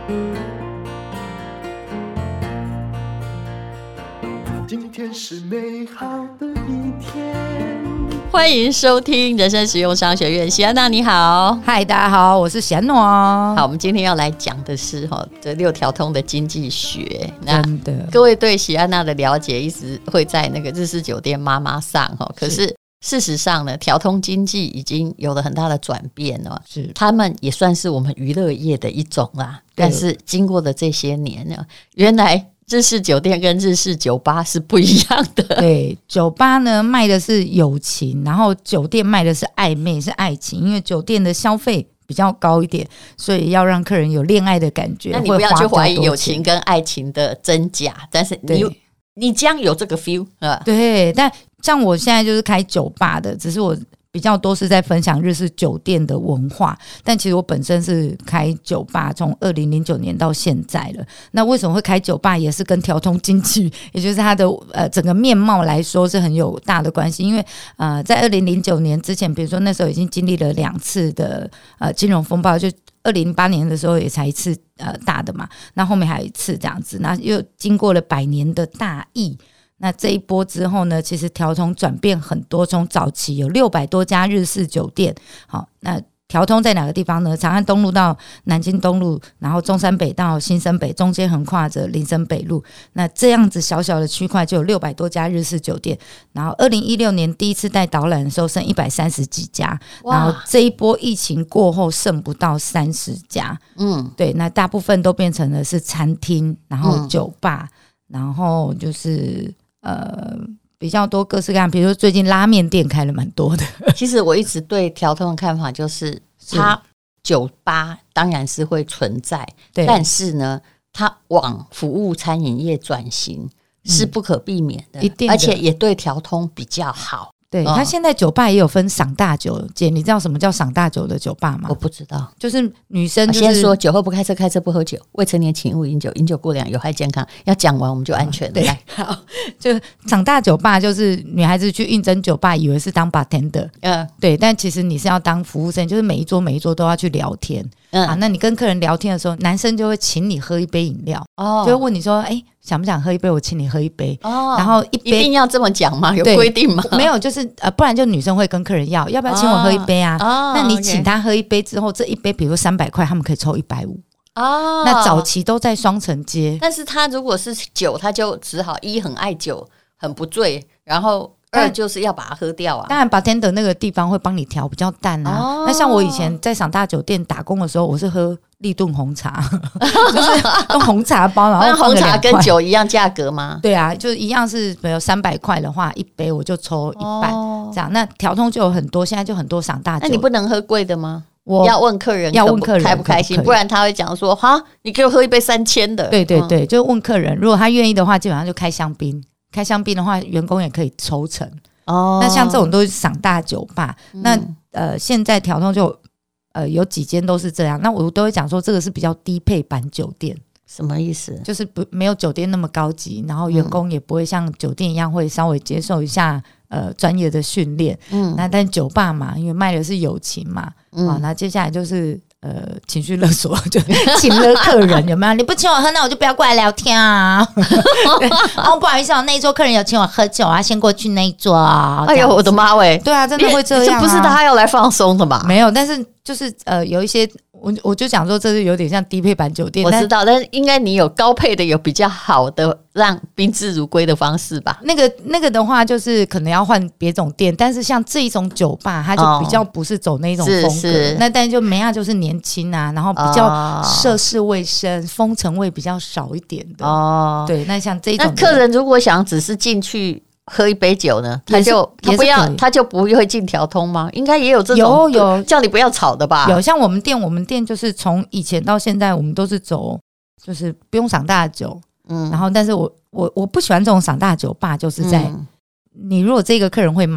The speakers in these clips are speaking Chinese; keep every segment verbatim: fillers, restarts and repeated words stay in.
今天是美好的一天。 欢迎收听人生实用商学院，喜安娜你好。 嗨，大家好，我是喜安诺。 好，我们今天要来讲的是这六条通的经济学。 真的， 各位对喜安娜的了解一直会在那个日式酒店妈妈上，可是事实上呢，条通经济已经有了很大的转变了。是，他们也算是我们娱乐业的一种啦。但是经过了这些年呢，原来日式酒店跟日式酒吧是不一样的。 对，酒吧呢卖的是友情，然后酒店卖的是暧昧，是爱情。因为酒店的消费比较高一点，所以要让客人有恋爱的感觉。 那你不要去怀疑友情跟爱情的真假，但是你你将有这个 feel 啊。 对，但像我现在就是开酒吧的，只是我比较多是在分享日式酒店的文化，但其实我本身是开酒吧，从二零零九年到现在了。那为什么会开酒吧，也是跟条通经济，也就是它的呃整个面貌来说是很有大的关系。因为呃在二零零九年之前，比如说那时候已经经历了两次的呃金融风暴，就二零零八年的时候也才一次呃大的嘛，那后面还有一次这样子，那又经过了百年的大疫。那这一波之后呢，其实条通转变很多，从早期有六百多家日式酒店。好，那条通在哪个地方呢？长安东路到南京东路，然后中山北到新生北，中间横跨着林森北路。那这样子小小的区块就有六百多家日式酒店。然后二零一六年第一次带导览的时候剩一百三十几家，然后这一波疫情过后剩不到三十家。嗯，对，那大部分都变成了是餐厅，然后酒吧，嗯、然后就是呃，比较多各式各样，比如说最近拉面店开了蛮多的。 其实我一直对条通的看法就是，它酒吧当然是会存在，但是呢，它往服务餐饮业转型是不可避免的，嗯、的而且也对条通比较好。 对，他现在酒吧也有分赏大酒姐，你知道什么叫赏大酒的酒吧吗？ 我不知道， 就是女生、就是、 先说酒后不开车，开车不喝酒，未成年请勿饮酒，饮酒过量有害健康。要讲完我们就安全了。 对，好，就赏大酒吧就是女孩子去应征酒吧，以为是当 bartender， 嗯，对，但其实你是要当服务生，就是每一桌每一桌都要去聊天。嗯、啊，那你跟客人聊天的时候，男生就会请你喝一杯饮料，哦，就会问你说，哎、欸，想不想喝一杯？我请你喝一杯。哦，然后一杯一定要这么讲吗？有规定吗？ 没有，就是呃，不然就女生会跟客人要，要不要请我喝一杯啊？哦，那你请他喝一杯之后，这一杯比如说三百块，他们可以抽一百五。哦，那早期都在双城街， 但是他如果是酒，他就只好一很爱酒，很不醉，然后。二就是要把它喝掉啊！ 当然 bartender 那个地方会帮你调比较淡啊、哦。那像我以前在赏大酒店打工的时候，我是喝立顿红茶，就是用红茶包，然后放红茶跟酒一样价格吗？ 对啊，就一样是比如三百块的话，一杯我就抽一半、哦、这样。那条通就有很多，现在就很多赏大酒。 那你不能喝贵的吗？ 我要问客人， 要问客人开不开心，不然他会讲说：哈，你给我喝一杯三千的。 对对对，嗯、就问客人，如果他愿意的话，基本上就开香槟。开香槟的话，员工也可以抽成哦。那像这种都是赏大酒吧，嗯、那呃，现在条通就呃有几间都是这样。那我都会讲说，这个是比较低配版酒店。 什么意思？ 就是不没有酒店那么高级，然后员工也不会像酒店一样会稍微接受一下呃专业的训练。嗯，那但酒吧嘛，因为卖的是友情嘛，嗯，啊，那接下来就是呃情绪勒索，就请了客人有没有？你不请我喝，那我就不要过来聊天啊。哦，不好意思，那一桌客人有请我喝酒啊，先过去那一桌啊。 哎呦，我的妈喂！ 对啊，真的会这样、啊， 这不是他要来放松的吧？ 没有，但是就是呃有一些。我我就讲说，这是有点像低配版酒店。 我知道，但是应该你有高配的，有比较好的让宾至如归的方式吧？ 那个那个的话，就是可能要换别种店，但是像这一种酒吧，它就比较不是走那种风格。哦、是是那但是就梅亚就是年轻啊，然后比较涉世未深，哦、风尘味比较少一点的。哦，对，那像这种， 那客人如果想只是进去。喝一杯酒呢，他就他不要，他就不会进条通吗？应该也有这种有有叫你不要吵的吧？ 有，像我们店，我们店就是从以前到现在，我们都是走就是不用赏大酒，嗯，然后但是我我我不喜欢这种赏大酒吧，就是在、嗯、你如果这个客人会买，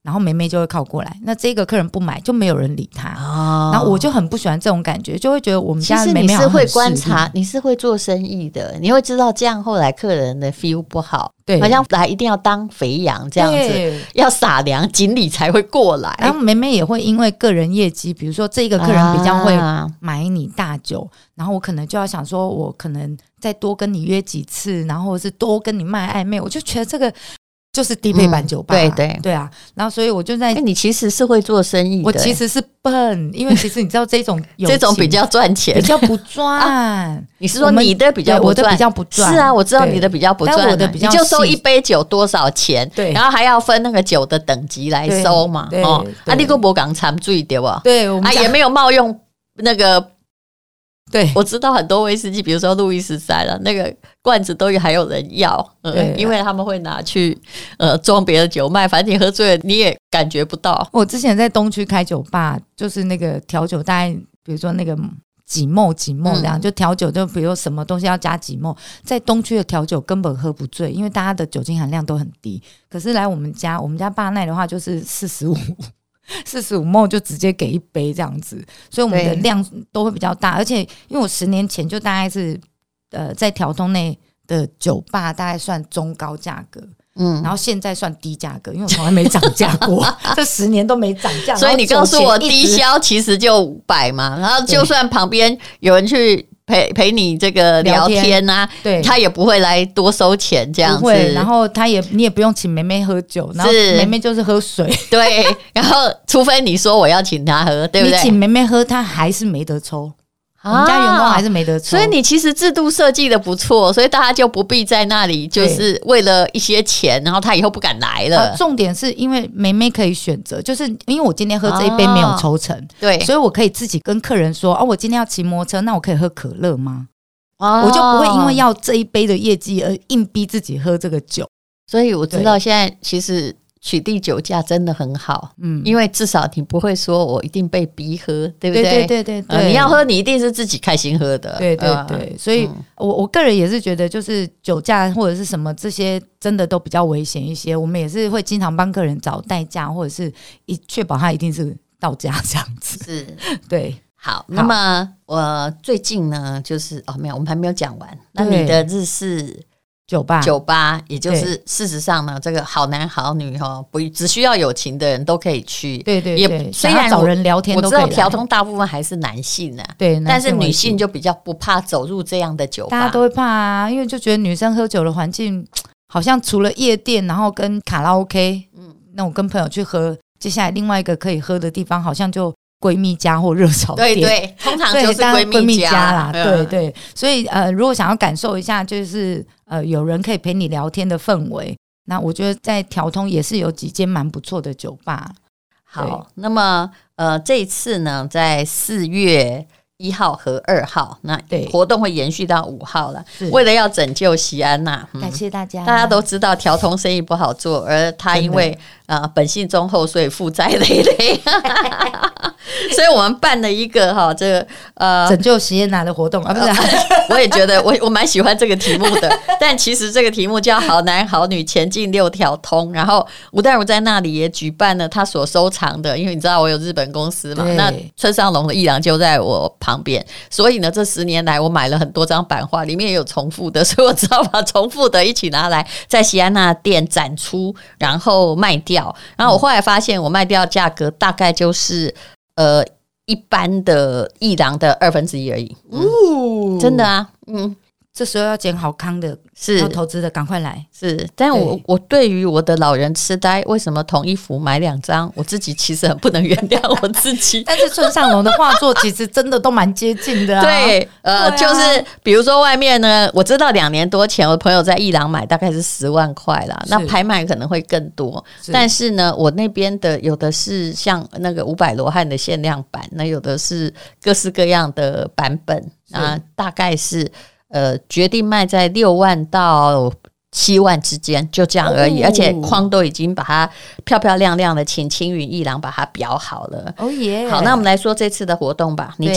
然后妹妹就会靠过来，那这个客人不买就没有人理他、 哦、 然后我就很不喜欢这种感觉，就会觉得我们家其实的妹妹好像很你是会观察， 势利， 你是会做生意的，你会知道这样后来客人的 feel 不好， 对， 好像来一定要当肥羊这样子， 对， 要撒粮经理才会过来。 然后妹妹也会因为个人业绩，比如说这个客人比较会啊买你大酒，然后我可能就要想说我可能再多跟你约几次，然后或是多跟你卖暧昧，我就觉得这个就是低配版酒吧、啊嗯、对对对啊，然后所以我就在、 欸、你其实是会做生意的， 我其实是笨，因为其实你知道这种这种比较赚钱， 比较不赚、 啊。你是说你的比较不赚？ 我的比较不赚。 是啊，我知道你的比较不赚、啊， 但我的比较你就收一杯酒多少钱？ 对， 然后还要分那个酒的等级来收嘛。 对， 哦， 对啊，你个不讲掺醉对吧？ 对，我们啊也没有冒用那个。 对， 我知道很多威士忌，比如说路易十三了，那个罐子都有还有人要，嗯，因为他们会拿去呃装别的酒卖，反正你喝醉了你也感觉不到。 我之前在东区开酒吧，就是那个调酒，大概比如说那个几沫几沫这样，嗯、就调酒，就比如什么东西要加几沫，在东区的调酒根本喝不醉，因为大家的酒精含量都很低。可是来我们家，我们家巴奈的话就是四十五。四十五沫就直接给一杯这样子，所以我们的量都会比较大，而且因为我十年前就大概是呃在条通内的酒吧大概算中高价格，嗯，然后现在算低价格，因为我从来没涨价过，这十年都没涨价， 所以你告诉我低消其实就五百嘛，然后就算旁边有人去陪陪你这个聊天啊， 对， 他也不会来多收钱这样子， 不会，然后他也你也不用请妹妹喝酒，然后妹妹就是喝水， 对，然后除非你说我要请她喝，对不对？ 你请妹妹喝，她还是没得抽。我们家员工还是没得抽、啊， 所以你其实制度设计的不错，所以大家就不必在那里就是为了一些钱，然后他以后不敢来了。 啊、重点是因为妹妹可以选择，就是因为我今天喝这一杯没有抽成，哦、 对， 所以我可以自己跟客人说，哦，我今天要骑摩托车，那我可以喝可乐吗？哦、我就不会因为要这一杯的业绩而硬逼自己喝这个酒。 所以我知道现在其实取缔酒驾真的很好，嗯，因为至少你不会说我一定被逼喝，对不对？ 对对对对对、 呃，你要喝，你一定是自己开心喝的， 对对对。呃、所以我我个人也是觉得，就是酒驾或者是什么这些，真的都比较危险一些。我们也是会经常帮客人找代驾，或者是一确保他一定是到家这样子。 是， 对。 好，那么我最近呢，就是哦，没有，我们还没有讲完。那你的日式酒吧， 酒吧，也就是事实上呢，这个好男好女哈，不只需要有情的人都可以去。 对对对， 也虽然找人聊天都可以， 我知道条通大部分还是男性啊， 对， 但是女性就比较不怕走入这样的酒吧， 大家都会怕啊，因为就觉得女生喝酒的环境好像除了夜店，然后跟卡拉 OK， 嗯，那我跟朋友去喝，接下来另外一个可以喝的地方好像就闺蜜家或热炒店， 对对，通常就是闺蜜家, 家啦，对对，所以呃，如果想要感受一下，就是呃，有人可以陪你聊天的氛围，那我觉得在条通也是有几间蛮不错的酒吧。 好，那么呃，这一次呢，在四月一号和二号，那活动会延续到五号了。为了要拯救席安娜， 嗯、感谢大家。 大家都知道条通生意不好做，而他因为呃本性忠厚，所以负债累累。所以我们办了一个哈，这个呃拯救席安娜的活动啊，不是、啊？ 我也觉得我我蛮喜欢这个题目的，但其实这个题目叫好男好女前进六条通。然后吴淡如在那里也举办了他所收藏的，因为你知道我有日本公司嘛，那村上隆的艺廊就在我旁边，所以呢，这十年来我买了很多张版画，里面也有重复的，所以我只好把重复的一起拿来在席安娜店展出，然后卖掉。然后我后来发现，我卖掉价格大概就是呃一般的艺廊的二分之一而已。嗯、真的啊，嗯。 这时候要捡好康的， 是要投资的，赶快来。 是，但我我对于我的老人痴呆，为什么同一幅买两张，我自己其实很不能原谅我自己。 但是村上隆的画作其实真的都蛮接近的啊。 对，呃，对啊、就是比如说外面呢，我知道两年多前，我的朋友在艺廊买大概是十万块啦，那拍卖可能会更多。是但是呢，我那边的有的是像那个五百罗汉的限量版，那有的是各式各样的版本啊，大概是。呃，决定卖在六万到七万之间，就这样而已。哦、而且框都已经把它漂漂亮亮的，请青云艺廊把它裱好了。 哦耶！ 好，那我们来说这次的活动吧。你讲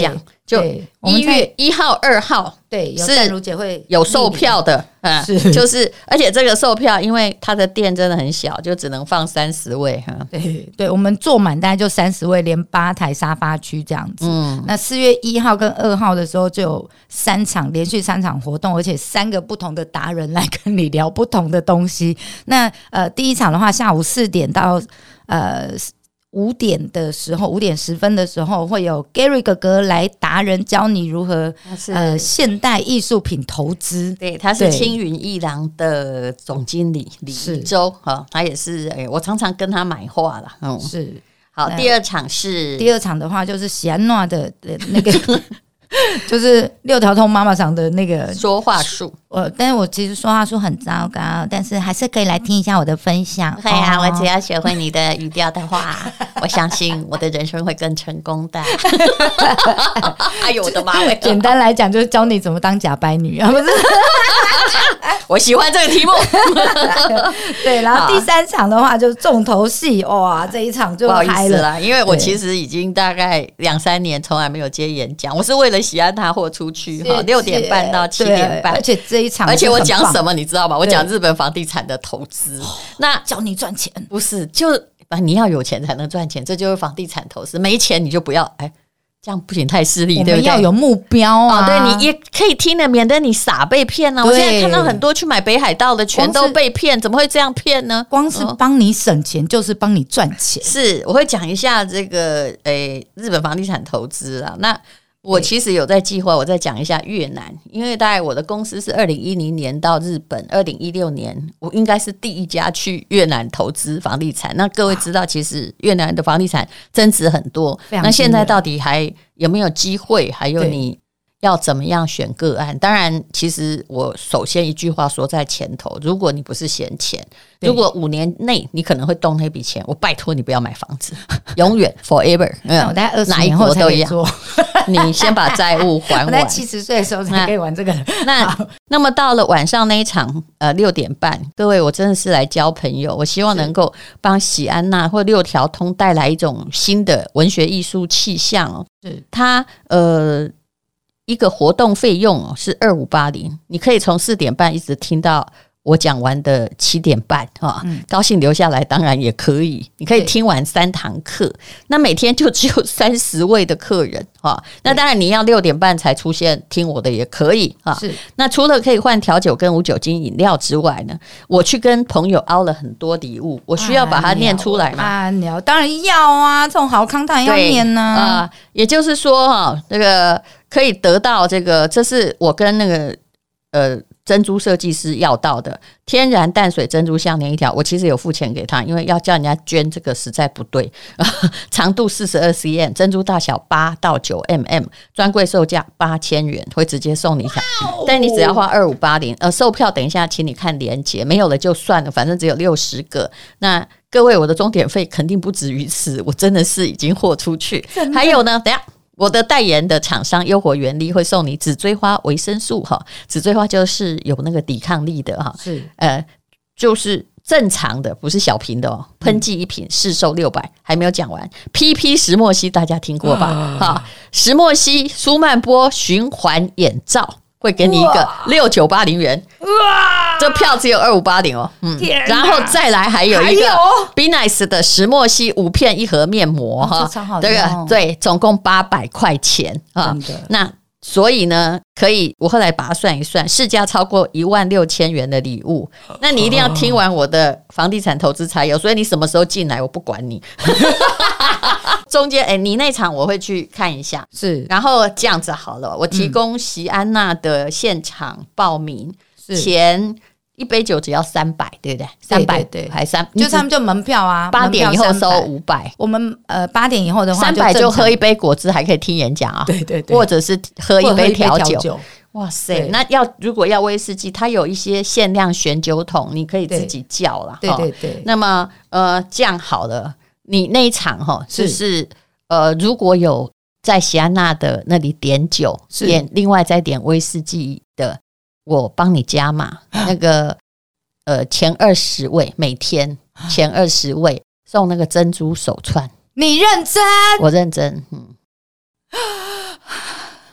就一月一号、二号， 对，有淡如姐会有售票的，嗯，是，就是，而且这个售票，因为它的店真的很小，就只能放三十位，哈， 对，对，我们坐满大概就三十位，连吧台、沙发区这样子。嗯，那四月一号跟二号的时候就有三场连续三场活动，而且三个不同的达人来跟你聊不同的东西。那呃，第一场的话，下午四点到呃。五点的时候，五点十分的时候，会有 Gary 哥哥来达人教你如何呃现代艺术品投资。 对，他是青云艺廊的总经理李一舟哈，他也是哎、欸，我常常跟他买画了。嗯， 是。 好，第二场是第二场的话，就是喜安娜的那个。就是六条通妈妈桑的那个说话术， 我但是我其实说话术很糟糕，但是还是可以来听一下我的分享。 对啊，哦、我只要学会你的语调的话，我相信我的人生会更成功的。哎呦我的妈！ 简单来讲就是教你怎么当假白女啊，不是？ 我喜欢这个题目。 对，然后第三场的话就是重头戏，哇，这一场就嗨了啦，因为我其实已经大概两三年从来没有接演讲，我是为了喜安他或出去哈，六点半到七点半， 而且这一场， 而且我讲什么你知道吗？我讲日本房地产的投资，那教你赚钱， 不是就你要有钱才能赚钱，这就是房地产投资，没钱你就不要哎。这样不行，太势利，对不对？ 我们要有目标啊！ 哦、对，你也可以听的，免得你傻被骗啊！我现在看到很多去买北海道的，全都被骗，怎么会这样骗呢？ 光是帮你省钱，哦、就是帮你赚钱。 是，我会讲一下这个诶，日本房地产投资啊。那我其实有在计划，我再讲一下越南，因为大概我的公司是二零一零年到日本，二零一六年我应该是第一家去越南投资房地产。那各位知道，其实越南的房地产增值很多，那现在到底还有没有机会？还有你要怎么样选个案？当然，其实我首先一句话说在前头，如果你不是嫌钱，如果五年内你可能会动那笔钱，我拜托你不要买房子，永远 forever。嗯， 我大概二十年后才可以做。 你先把债务还完。 我在七十岁的时候才可以玩这个。 那那么到了晚上那一场，呃，六点半，各位，我真的是来交朋友。我希望能够帮喜安娜或六条通带来一种新的文学艺术气象哦。 是它呃。一个活动费用是二五八零，你可以从四点半一直听到我讲完的七点半哈、嗯，高兴留下来当然也可以，你可以听完三堂课，那每天就只有三十位的客人哈，那当然你要六点半才出现听我的也可以哈。 是， 那除了可以换调酒跟无酒精饮料之外呢，我去跟朋友凹了很多礼物，我需要把它念出来吗？ 啊，你要当然要啊，这种好康当然要念呢、啊。 啊、呃，也就是说哈，这个。可以得到这个，这是我跟那个呃珍珠设计师要到的天然淡水珍珠项链一条，我其实有付钱给他，因为要叫人家捐这个实在不对。长度四十二 cm， 珍珠大小八到九 mm， 专柜售价八千元，会直接送你一条，但你只要花二五八零。呃，售票等一下，请你看连结，没有了就算了，反正只有六十个。那各位，我的钟点费肯定不止于此，我真的是已经豁出去。还有呢，等一下。我的代言的厂商优活原力会送你紫锥花维生素哈，紫锥花就是有那个抵抗力的哈， 是呃就是正常的不是小瓶的哦，喷剂一瓶市售六百，还没有讲完。P P 石墨烯大家听过吧？哈、啊，石墨烯舒曼波循环眼罩会给你一个六九八零元，哇，这票只有二五八零哦，嗯，然后再来还有一个 Be Nice 的石墨烯五片一盒面膜哈，这个对，总共八百块钱啊，那所以呢，可以我后来把它算一算，市价超过一万六千元的礼物，那你一定要听完我的房地产投资才有，所以你什么时候进来我不管你。中间哎、欸，你那场我会去看一下， 是， 然后这样子好了，我提供席安娜的现场报名，嗯、前一杯酒只要三百，对不对？三百对，还三， 就他们就门票啊， 八点以后收五百。 我们呃八点以后的话， 三百就喝一杯果汁，还可以听演讲啊， 对对对， 或者是喝一杯调酒。 酒哇塞，那要如果要威士忌，它有一些限量选酒桶，你可以自己叫啦。 对对对。 那么呃，这样好了。你那一场哈，就是呃，如果有在喜安娜的那里点酒，点另外再点威士忌的，我帮你加码。那个呃，前二十位每天前二十位送那个珍珠手串。 你认真？ 我认真。嗯，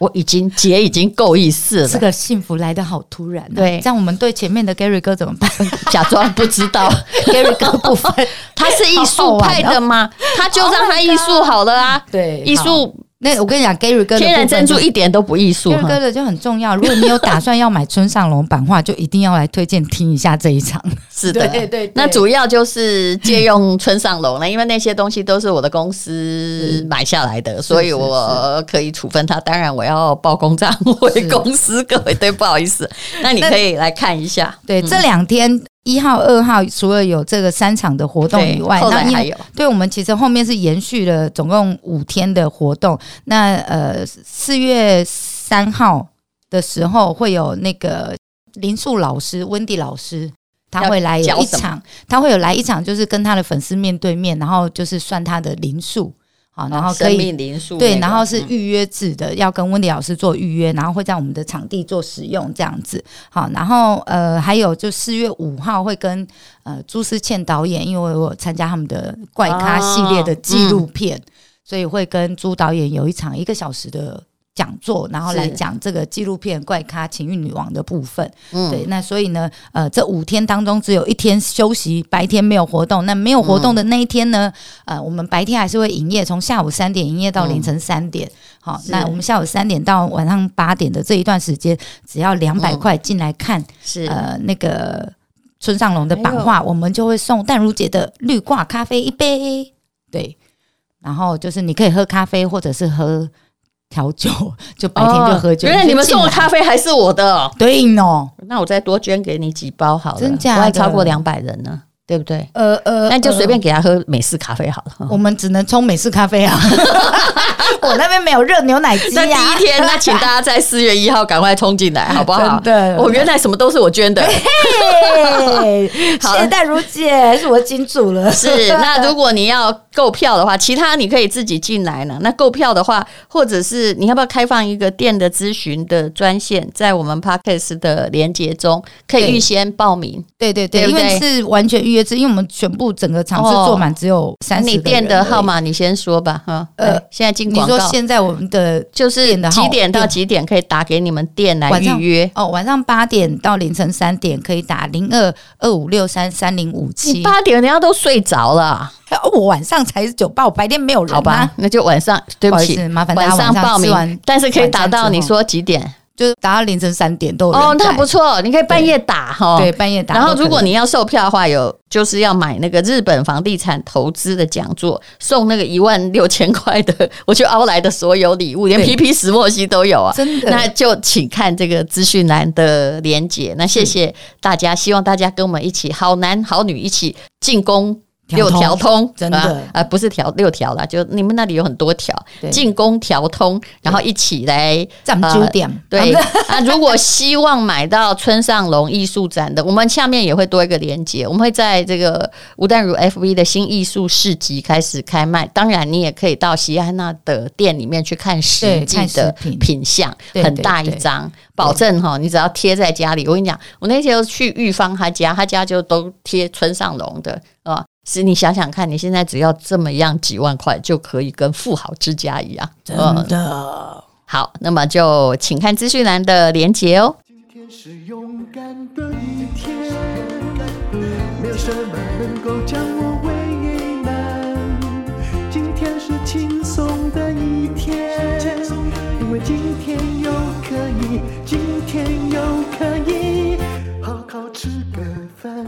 我已经节已经够意思了。 这个幸福来得好突然、啊， 对， 这样我们对前面的 Gary 哥怎么办？ 假装不知道 Gary 哥部分， 他是艺术派的吗？他就让他艺术好了啊。 对， 艺术。 那我跟你讲 ，Gary 哥的天然珍珠一点都不艺术 ，Gary 哥的就很重要。如果你有打算要买村上隆版画，就一定要来推荐听一下这一场。 是的， 对 对, 对， 那主要就是借用村上隆了，因为那些东西都是我的公司买下来的，所以我可以处分他。当然，我要报公账回公司，各位对，不好意思。那你可以来看一下。 对， 嗯、 这两天。一号、二号除了有这个三场的活动以外， 后来还有， 对我们其实后面是延续了总共五天的活动。那呃，四月三号的时候会有那个林素老师、温迪老师，他会来有一场，他会有来一场，就是跟他的粉丝面对面，然后就是算他的灵数。好，然后可以、 哦、灵数、那个、 对， 然后是预约制的，嗯、要跟温迪老师做预约，然后会在我们的场地做使用这样子。好，然后呃还有就四月五号会跟呃朱思倩导演，因为我有参加他们的怪咖系列的纪录片，哦嗯、所以会跟朱导演有一场一个小时的讲座，然后来讲这个纪录片怪咖情欲女王的部分。嗯，对，那所以呢，呃，这五天当中只有一天休息，白天没有活动。那没有活动的那一天呢，嗯、呃，我们白天还是会营业，从下午三点营业到凌晨三点。好、嗯，那我们下午三点到晚上八点的这一段时间，只要两百块进来看，是、嗯、呃那个村上隆的版画，我们就会送淡如姐的绿挂咖啡一杯。对，然后就是你可以喝咖啡，或者是喝。调酒就白天就喝酒、哦， 原来你们送的咖啡还是我的、哦， 对哦。 那我再多捐给你几包好了， 真假的？ 我还超过两百人呢，对不对？ 呃呃， 那就随便给他喝美式咖啡好了。 我们只能冲美式咖啡啊，我那边没有热牛奶机啊。 那第一天，那请大家在四月一号赶快冲进来，好不好？ 真的， 我、哦、原来什么都是我捐的。 嘿，谢谢淡如姐，是我金主了。 是，那如果你要购票的话，其他你可以自己进来呢。那购票的话，或者是你要不要开放一个店的咨询的专线，在我们 Podcast 的连结中可以预先报名。 对对 对, 对, 对，因为是完全预约制，因为我们全部整个场次坐满，只有三十个人。你店的号码你先说吧，哈。呃，现在进广告。 你说现在我们的就是几点到几点可以打给你们店来预约？ 哦，晚上八点到凌晨三点可以打零二二五六三三零五七。 你八点人家都睡着了。 我晚上才是酒吧，我白天没有人、啊。 好吧，那就晚上。对不起， 不麻烦大家晚上报名，但是可以打到你说几点？ 就是打到凌晨三点都有人在。 哦，那不错，你可以半夜打哈。 对，半夜打。 然后如果你要售票的话，有就是要买那个日本房地产投资的讲座，送那个一万六千块的，我去凹来的所有礼物，连 P P 石墨烯都有啊， 真的。 那就请看这个资讯栏的连结。那谢谢大家，希望大家跟我们一起，好男好女一起进攻。六条通， 真的啊、 呃，不是条六条啦，就你们那里有很多条，进攻条通，然后一起来占九点。 对啊，如果希望买到村上隆艺术展的，我们下面也会多一个连结，我们会在这个吴淡如 F B 的新艺术市集开始开卖。当然，你也可以到席安娜的店里面去看实际的品相，很大一张，保证哈，你只要贴在家里。我跟你讲，我那天去玉芳他家，他家就都贴村上隆的啊。是你想想看，你现在只要这么样几万块，就可以跟富豪之家一样， 真的、 嗯。好，那么就请看资讯栏的连结哦。 今天是勇敢的一天，没有什么能够将我为难。今天是轻松的一天，因为今天又可以，今天又可以好好吃个饭。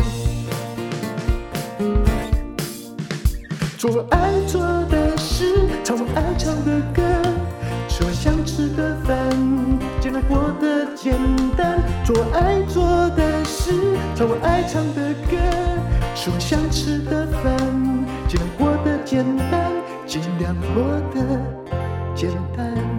做我爱做的事，唱我爱唱的歌，吃我想吃的饭，尽量过得简单。做我爱做的事，唱我爱唱的歌，吃我想吃的饭，尽量过得简单，尽量过得简单。